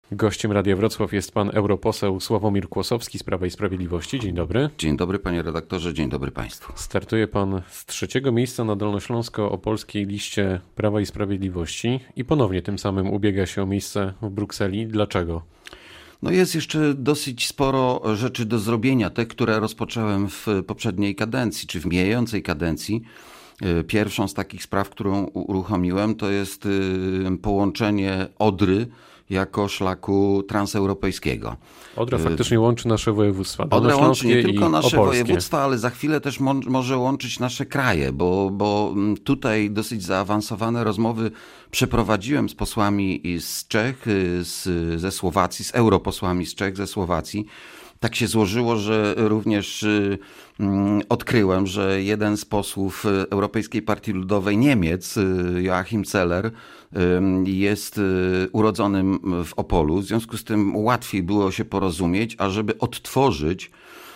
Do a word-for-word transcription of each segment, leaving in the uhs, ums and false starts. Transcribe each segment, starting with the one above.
Gościem Radia Wrocław jest pan europoseł Sławomir Kłosowski z Prawa i Sprawiedliwości. Dzień dobry. Dzień dobry panie redaktorze, dzień dobry państwu. Startuje pan z trzeciego miejsca na dolnośląsko-opolskiej liście Prawa i Sprawiedliwości i ponownie tym samym ubiega się o miejsce w Brukseli. Dlaczego? No jest jeszcze dosyć sporo rzeczy do zrobienia, te, które rozpocząłem w poprzedniej kadencji, czy w mijającej kadencji. Pierwszą z takich spraw, którą uruchomiłem, to jest połączenie Odry jako szlaku transeuropejskiego. Odra faktycznie łączy nasze województwa. Odra łączy nie tylko nasze opolskie. województwa, ale za chwilę też mo- może łączyć nasze kraje, bo, bo tutaj dosyć zaawansowane rozmowy przeprowadziłem z posłami z Czech, z, ze Słowacji, z europosłami z Czech, ze Słowacji. Tak się złożyło, że również odkryłem, że jeden z posłów Europejskiej Partii Ludowej Niemiec, Joachim Zeller, jest urodzonym w Opolu. W związku z tym łatwiej było się porozumieć, a żeby odtworzyć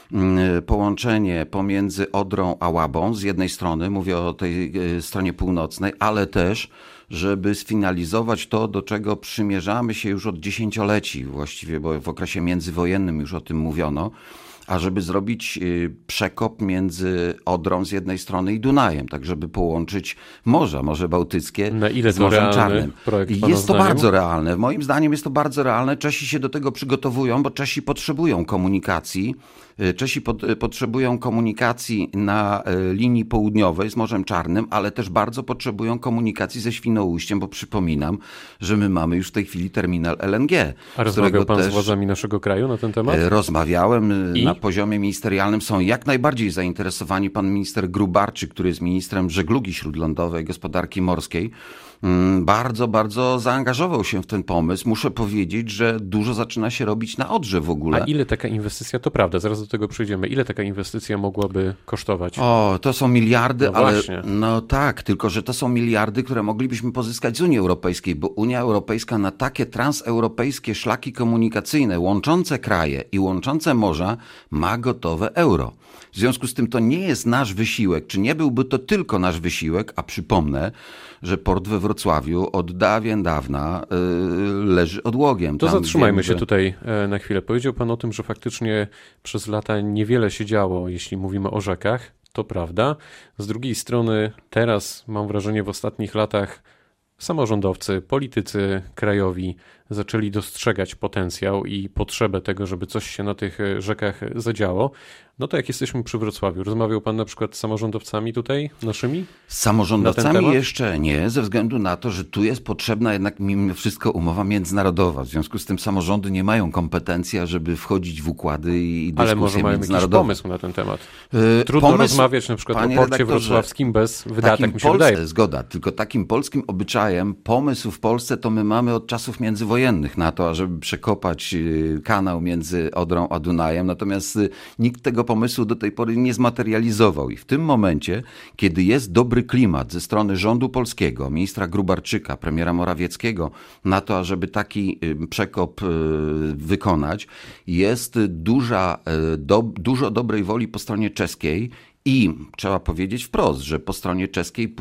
połączenie pomiędzy Odrą a Łabą z jednej strony, mówię o tej stronie północnej, ale też żeby sfinalizować to, do czego przymierzamy się już od dziesięcioleci właściwie, bo w okresie międzywojennym już o tym mówiono, a żeby zrobić przekop między Odrą z jednej strony i Dunajem, tak żeby połączyć morza, Morze Bałtyckie Na ile z to Morzem realny Czarnym. projekt, I pana jest to zdaniem? bardzo realne. Moim zdaniem jest to bardzo realne. Czesi się do tego przygotowują, bo Czesi potrzebują komunikacji. Czesi pod, potrzebują komunikacji na linii południowej z Morzem Czarnym, ale też bardzo potrzebują komunikacji ze Świnoujściem, bo przypominam, że my mamy już w tej chwili terminal L N G. A rozmawiał pan z władzami naszego kraju na ten temat? Rozmawiałem I? na poziomie ministerialnym. Są jak najbardziej zainteresowani. Pan minister Grubarczyk, który jest ministrem żeglugi śródlądowej, gospodarki morskiej, bardzo, bardzo zaangażował się w ten pomysł. Muszę powiedzieć, że dużo zaczyna się robić na Odrze w ogóle. A ile taka inwestycja, to prawda, zaraz do tego przejdziemy, ile taka inwestycja mogłaby kosztować? O, to są miliardy, No ale właśnie. no tak, tylko że to są miliardy, które moglibyśmy pozyskać z Unii Europejskiej, bo Unia Europejska na takie transeuropejskie szlaki komunikacyjne łączące kraje i łączące morza ma gotowe euro. W związku z tym to nie jest nasz wysiłek, czy nie byłby to tylko nasz wysiłek, a przypomnę, że port we Wrocławiu od dawien dawna yy, leży odłogiem. To Tam zatrzymajmy wiem, się że... tutaj e, na chwilę. Powiedział pan o tym, że faktycznie przez lata niewiele się działo, jeśli mówimy o rzekach. To prawda. Z drugiej strony teraz mam wrażenie w ostatnich latach samorządowcy, politycy krajowi zaczęli dostrzegać potencjał i potrzebę tego, żeby coś się na tych rzekach zadziało. No to jak jesteśmy przy Wrocławiu, rozmawiał pan na przykład z samorządowcami tutaj naszymi? Z samorządowcami temat? jeszcze nie, ze względu na to, że tu jest potrzebna jednak mimo wszystko umowa międzynarodowa. W związku z tym samorządy nie mają kompetencji, żeby wchodzić w układy i dyskusje Ale może mają jakiś międzynarodowe. pomysł na ten temat. Yy, Trudno pomysł, rozmawiać na przykład o panie porcie redaktorze, wrocławskim bez wydatek, takim mi się Polsce, wydaje. Zgoda, tylko takim polskim obyczajem pomysł w Polsce to my mamy od czasów międzywojennych na to, ażeby przekopać kanał między Odrą a Dunajem, natomiast nikt tego pomysłu do tej pory nie zmaterializował i w tym momencie, kiedy jest dobry klimat ze strony rządu polskiego, ministra Grubarczyka, premiera Morawieckiego na to, ażeby taki przekop wykonać, jest duża, do, dużo dobrej woli po stronie czeskiej. I trzeba powiedzieć wprost, że po stronie czeskiej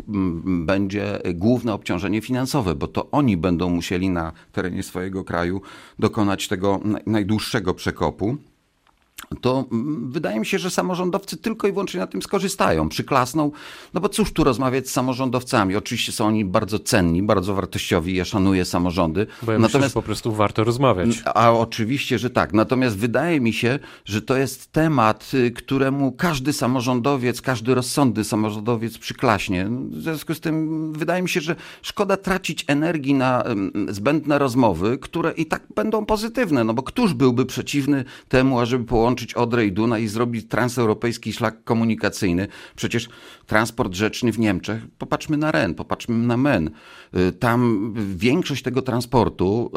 będzie główne obciążenie finansowe, bo to oni będą musieli na terenie swojego kraju dokonać tego najdłuższego przekopu. To wydaje mi się, że samorządowcy tylko i wyłącznie na tym skorzystają, przyklasną, no bo cóż tu rozmawiać z samorządowcami. Oczywiście są oni bardzo cenni, bardzo wartościowi, ja szanuję samorządy. Bo ja Natomiast myślę, że po prostu warto rozmawiać. A oczywiście, że tak. Natomiast wydaje mi się, że to jest temat, któremu każdy samorządowiec, każdy rozsądny samorządowiec przyklaśnie. W związku z tym wydaje mi się, że szkoda tracić energii na zbędne rozmowy, które i tak będą pozytywne, no bo któż byłby przeciwny temu, ażeby połączyć Odrę i Dunaj i zrobić transeuropejski szlak komunikacyjny. Przecież transport rzeczny w Niemczech, popatrzmy na Ren, popatrzmy na Men. Tam większość tego transportu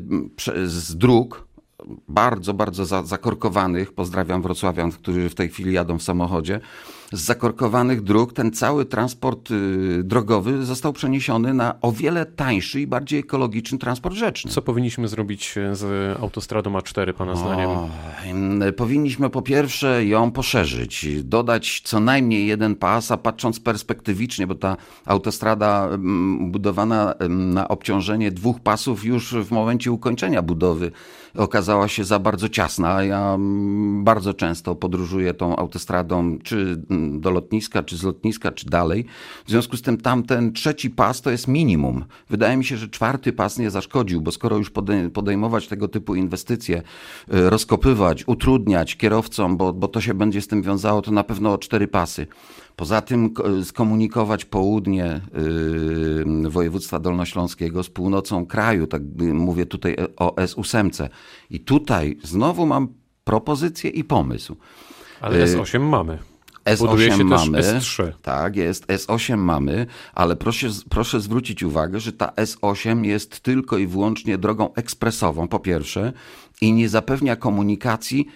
z dróg bardzo, bardzo zakorkowanych, pozdrawiam wrocławian, którzy w tej chwili jadą w samochodzie, z zakorkowanych dróg ten cały transport drogowy został przeniesiony na o wiele tańszy i bardziej ekologiczny transport rzeczny. Co powinniśmy zrobić z autostradą A cztery, pana zdaniem? O, powinniśmy po pierwsze ją poszerzyć, dodać co najmniej jeden pas, a patrząc perspektywicznie, bo ta autostrada budowana na obciążenie dwóch pasów już w momencie ukończenia budowy okazała się za bardzo ciasna. Ja bardzo często podróżuję tą autostradą, czy do lotniska, czy z lotniska, czy dalej. W związku z tym tamten trzeci pas to jest minimum. Wydaje mi się, że czwarty pas nie zaszkodził, bo skoro już podejmować tego typu inwestycje, rozkopywać, utrudniać kierowcom, bo, bo to się będzie z tym wiązało, to na pewno o cztery pasy. Poza tym skomunikować południe yy, województwa dolnośląskiego z północą kraju, tak mówię tutaj o S osiem. I tutaj znowu mam propozycję i pomysł. Ale S osiem mamy. S osiem mamy, S trzy. Tak jest, S osiem mamy, ale proszę, proszę zwrócić uwagę, że ta S osiem jest tylko i wyłącznie drogą ekspresową, po pierwsze, i nie zapewnia komunikacji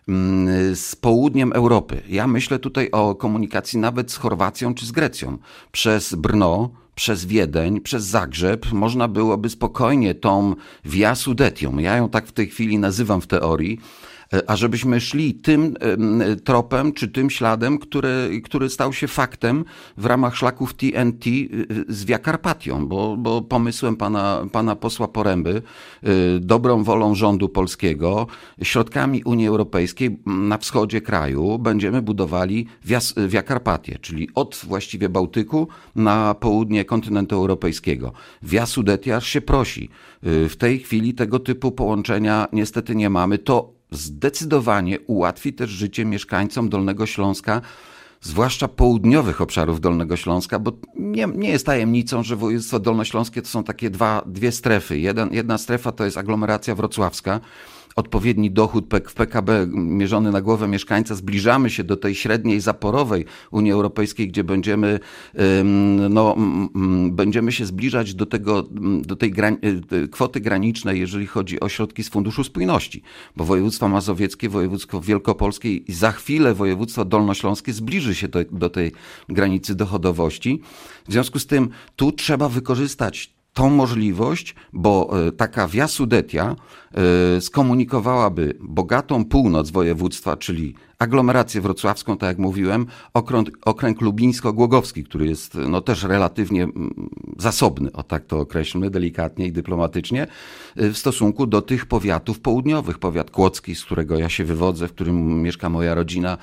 z południem Europy. Ja myślę tutaj o komunikacji nawet z Chorwacją czy z Grecją. Przez Brno, przez Wiedeń, przez Zagrzeb można byłoby spokojnie tą Via Sudetią, ja ją tak w tej chwili nazywam w teorii, a żebyśmy szli tym tropem, czy tym śladem, który, który stał się faktem w ramach szlaków T N T z Via Carpatią, bo, bo pomysłem pana, pana posła Poręby, dobrą wolą rządu polskiego, środkami Unii Europejskiej na wschodzie kraju będziemy budowali Via, Via Carpatię, czyli od właściwie Bałtyku na południe kontynentu europejskiego. Via Sudetia aż się prosi. W tej chwili tego typu połączenia niestety nie mamy. To zdecydowanie ułatwi też życie mieszkańcom Dolnego Śląska, zwłaszcza południowych obszarów Dolnego Śląska, bo nie, nie jest tajemnicą, że województwo dolnośląskie to są takie dwa, dwie strefy. Jeden, jedna strefa to jest aglomeracja wrocławska, odpowiedni dochód w P K B mierzony na głowę mieszkańca. Zbliżamy się do tej średniej zaporowej Unii Europejskiej, gdzie będziemy, no, będziemy się zbliżać do, tego, do tej gran- kwoty granicznej, jeżeli chodzi o środki z Funduszu Spójności, bo województwo mazowieckie, województwo wielkopolskie i za chwilę województwo dolnośląskie zbliży się do, do tej granicy dochodowości. W związku z tym tu trzeba wykorzystać tą możliwość, bo taka Via Sudetia skomunikowałaby bogatą północ województwa, czyli aglomerację wrocławską, tak jak mówiłem, okręg, okręg lubińsko-głogowski, który jest no, też relatywnie zasobny, o tak to określmy delikatnie i dyplomatycznie, w stosunku do tych powiatów południowych. Powiat kłodzki, z którego ja się wywodzę, w którym mieszka moja rodzina,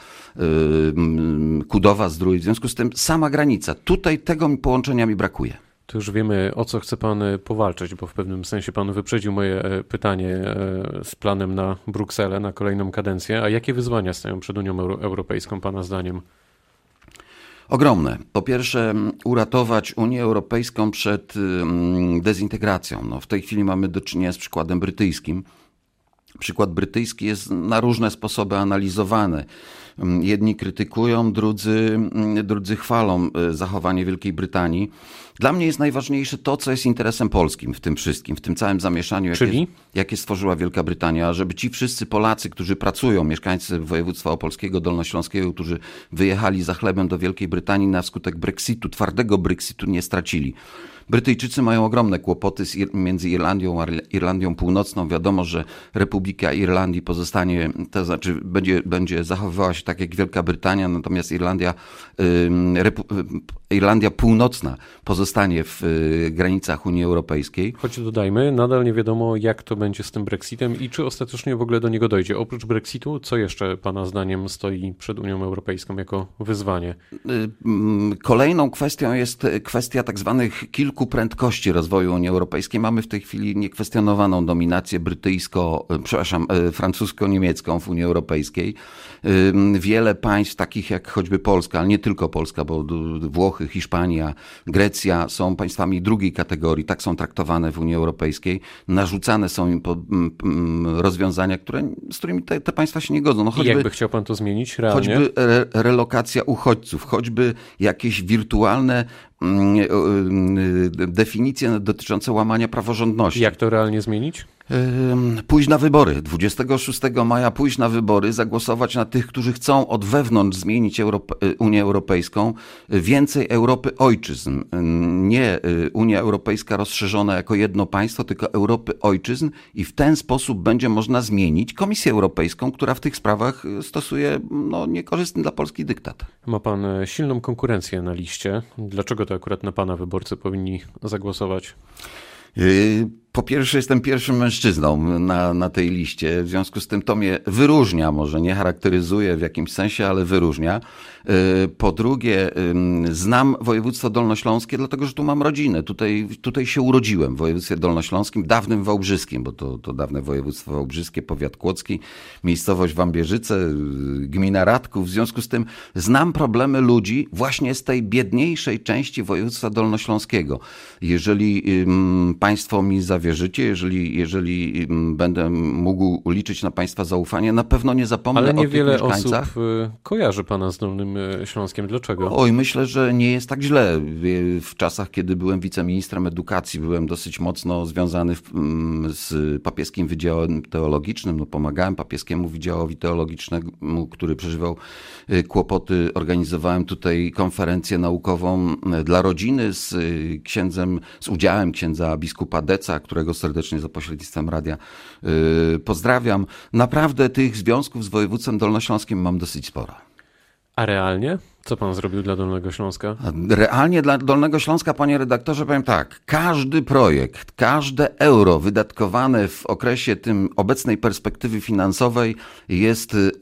Kudowa Zdrój. W związku z tym sama granica. Tutaj tego połączenia mi brakuje. To już wiemy, o co chce pan powalczyć, bo w pewnym sensie pan wyprzedził moje pytanie z planem na Brukselę, na kolejną kadencję. A jakie wyzwania stoją przed Unią Europejską pana zdaniem? Ogromne. Po pierwsze, uratować Unię Europejską przed dezintegracją. No, w tej chwili mamy do czynienia z przykładem brytyjskim. Przykład brytyjski jest na różne sposoby analizowany. Jedni krytykują, drudzy, drudzy chwalą zachowanie Wielkiej Brytanii. Dla mnie jest najważniejsze to, co jest interesem polskim w tym wszystkim, w tym całym zamieszaniu, Czyli? jakie, jakie stworzyła Wielka Brytania, żeby ci wszyscy Polacy, którzy pracują, mieszkańcy województwa opolskiego, dolnośląskiego, którzy wyjechali za chlebem do Wielkiej Brytanii na skutek Brexitu, twardego Brexitu, nie stracili. Brytyjczycy mają ogromne kłopoty z, między Irlandią a Irlandią Północną. Wiadomo, że Republika Irlandii pozostanie, to znaczy będzie, będzie zachowywała się tak jak Wielka Brytania, natomiast Irlandia, Repu, Irlandia Północna pozostanie w granicach Unii Europejskiej. Choć dodajmy, nadal nie wiadomo, jak to będzie z tym Brexitem i czy ostatecznie w ogóle do niego dojdzie. Oprócz Brexitu, co jeszcze pana zdaniem stoi przed Unią Europejską jako wyzwanie? Kolejną kwestią jest kwestia tak zwanych kilku prędkości rozwoju Unii Europejskiej. Mamy w tej chwili niekwestionowaną dominację brytyjsko, przepraszam, francusko-niemiecką w Unii Europejskiej. Wiele państw, takich jak choćby Polska, ale nie tylko Polska, bo Włochy, Hiszpania, Grecja są państwami drugiej kategorii, tak są traktowane w Unii Europejskiej. Narzucane są im rozwiązania, które, z którymi te, te państwa się nie godzą. No choćby, I jakby chciał pan to zmienić realnie? Choćby re, relokacja uchodźców, choćby jakieś wirtualne definicje dotyczące łamania praworządności. Jak to realnie zmienić? Pójść na wybory. dwudziestego szóstego maja pójść na wybory, zagłosować na tych, którzy chcą od wewnątrz zmienić Europę, Unię Europejską. Więcej Europy ojczyzn. Nie Unia Europejska rozszerzona jako jedno państwo, tylko Europy ojczyzn i w ten sposób będzie można zmienić Komisję Europejską, która w tych sprawach stosuje no, niekorzystny dla Polski dyktat. Ma pan silną konkurencję na liście. Dlaczego to akurat na pana wyborcy powinni zagłosować? Po pierwsze, jestem pierwszym mężczyzną na, na tej liście, w związku z tym to mnie wyróżnia, może nie charakteryzuje w jakimś sensie, ale wyróżnia. Po drugie, znam województwo dolnośląskie, dlatego że tu mam rodzinę. Tutaj, tutaj się urodziłem w województwie dolnośląskim, dawnym wałbrzyskim, bo to, to dawne województwo wałbrzyskie, powiat kłodzki, miejscowość Wambierzyce, gmina Radków. W związku z tym znam problemy ludzi właśnie z tej biedniejszej części województwa dolnośląskiego. Jeżeli państwo mi zawierzycie, jeżeli, jeżeli będę mógł liczyć na państwa zaufanie, na pewno nie zapomnę o tych mieszkańcach. Ale mieszkańcach. niewiele osób kojarzy pana z Dolnym Śląskiem. Dlaczego? Oj, myślę, że nie jest tak źle. W czasach, kiedy byłem wiceministrem edukacji, byłem dosyć mocno związany w, z papieskim wydziałem teologicznym. No, pomagałem papieskiemu wydziałowi teologicznemu, który przeżywał kłopoty. Organizowałem tutaj konferencję naukową dla rodziny z księdzem, z udziałem księdza biskupa Deca, którego serdecznie za pośrednictwem radia yy, pozdrawiam. Naprawdę tych związków z województwem dolnośląskim mam dosyć sporo. A realnie? Co pan zrobił dla Dolnego Śląska? Realnie dla Dolnego Śląska, panie redaktorze, powiem tak. Każdy projekt, każde euro wydatkowane w okresie tym obecnej perspektywy finansowej jest y,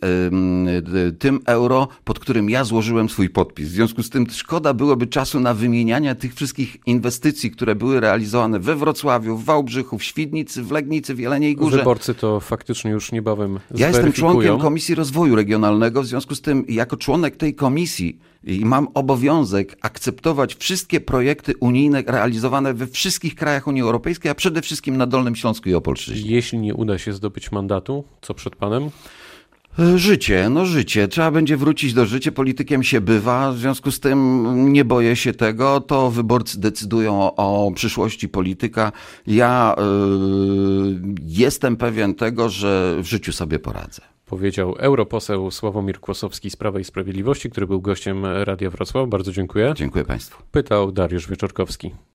y, tym euro, pod którym ja złożyłem swój podpis. W związku z tym szkoda byłoby czasu na wymienianie tych wszystkich inwestycji, które były realizowane we Wrocławiu, w Wałbrzychu, w Świdnicy, w Legnicy, w Jeleniej Górze. Wyborcy to faktycznie już niebawem Ja jestem członkiem zweryfikują. Komisji Rozwoju Regionalnego, w związku z tym jako członek tej komisji i mam obowiązek akceptować wszystkie projekty unijne realizowane we wszystkich krajach Unii Europejskiej, a przede wszystkim na Dolnym Śląsku i Opolszczyźnie. Jeśli nie uda się zdobyć mandatu, co przed panem? Życie, no życie. Trzeba będzie wrócić do życia. Politykiem się bywa, w związku z tym nie boję się tego. To wyborcy decydują o, o przyszłości polityka. Ja yy, jestem pewien tego, że w życiu sobie poradzę. Powiedział europoseł Sławomir Kłosowski z Prawa i Sprawiedliwości, który był gościem Radia Wrocław. Bardzo dziękuję. Dziękuję państwu. Pytał Dariusz Wieczorkowski.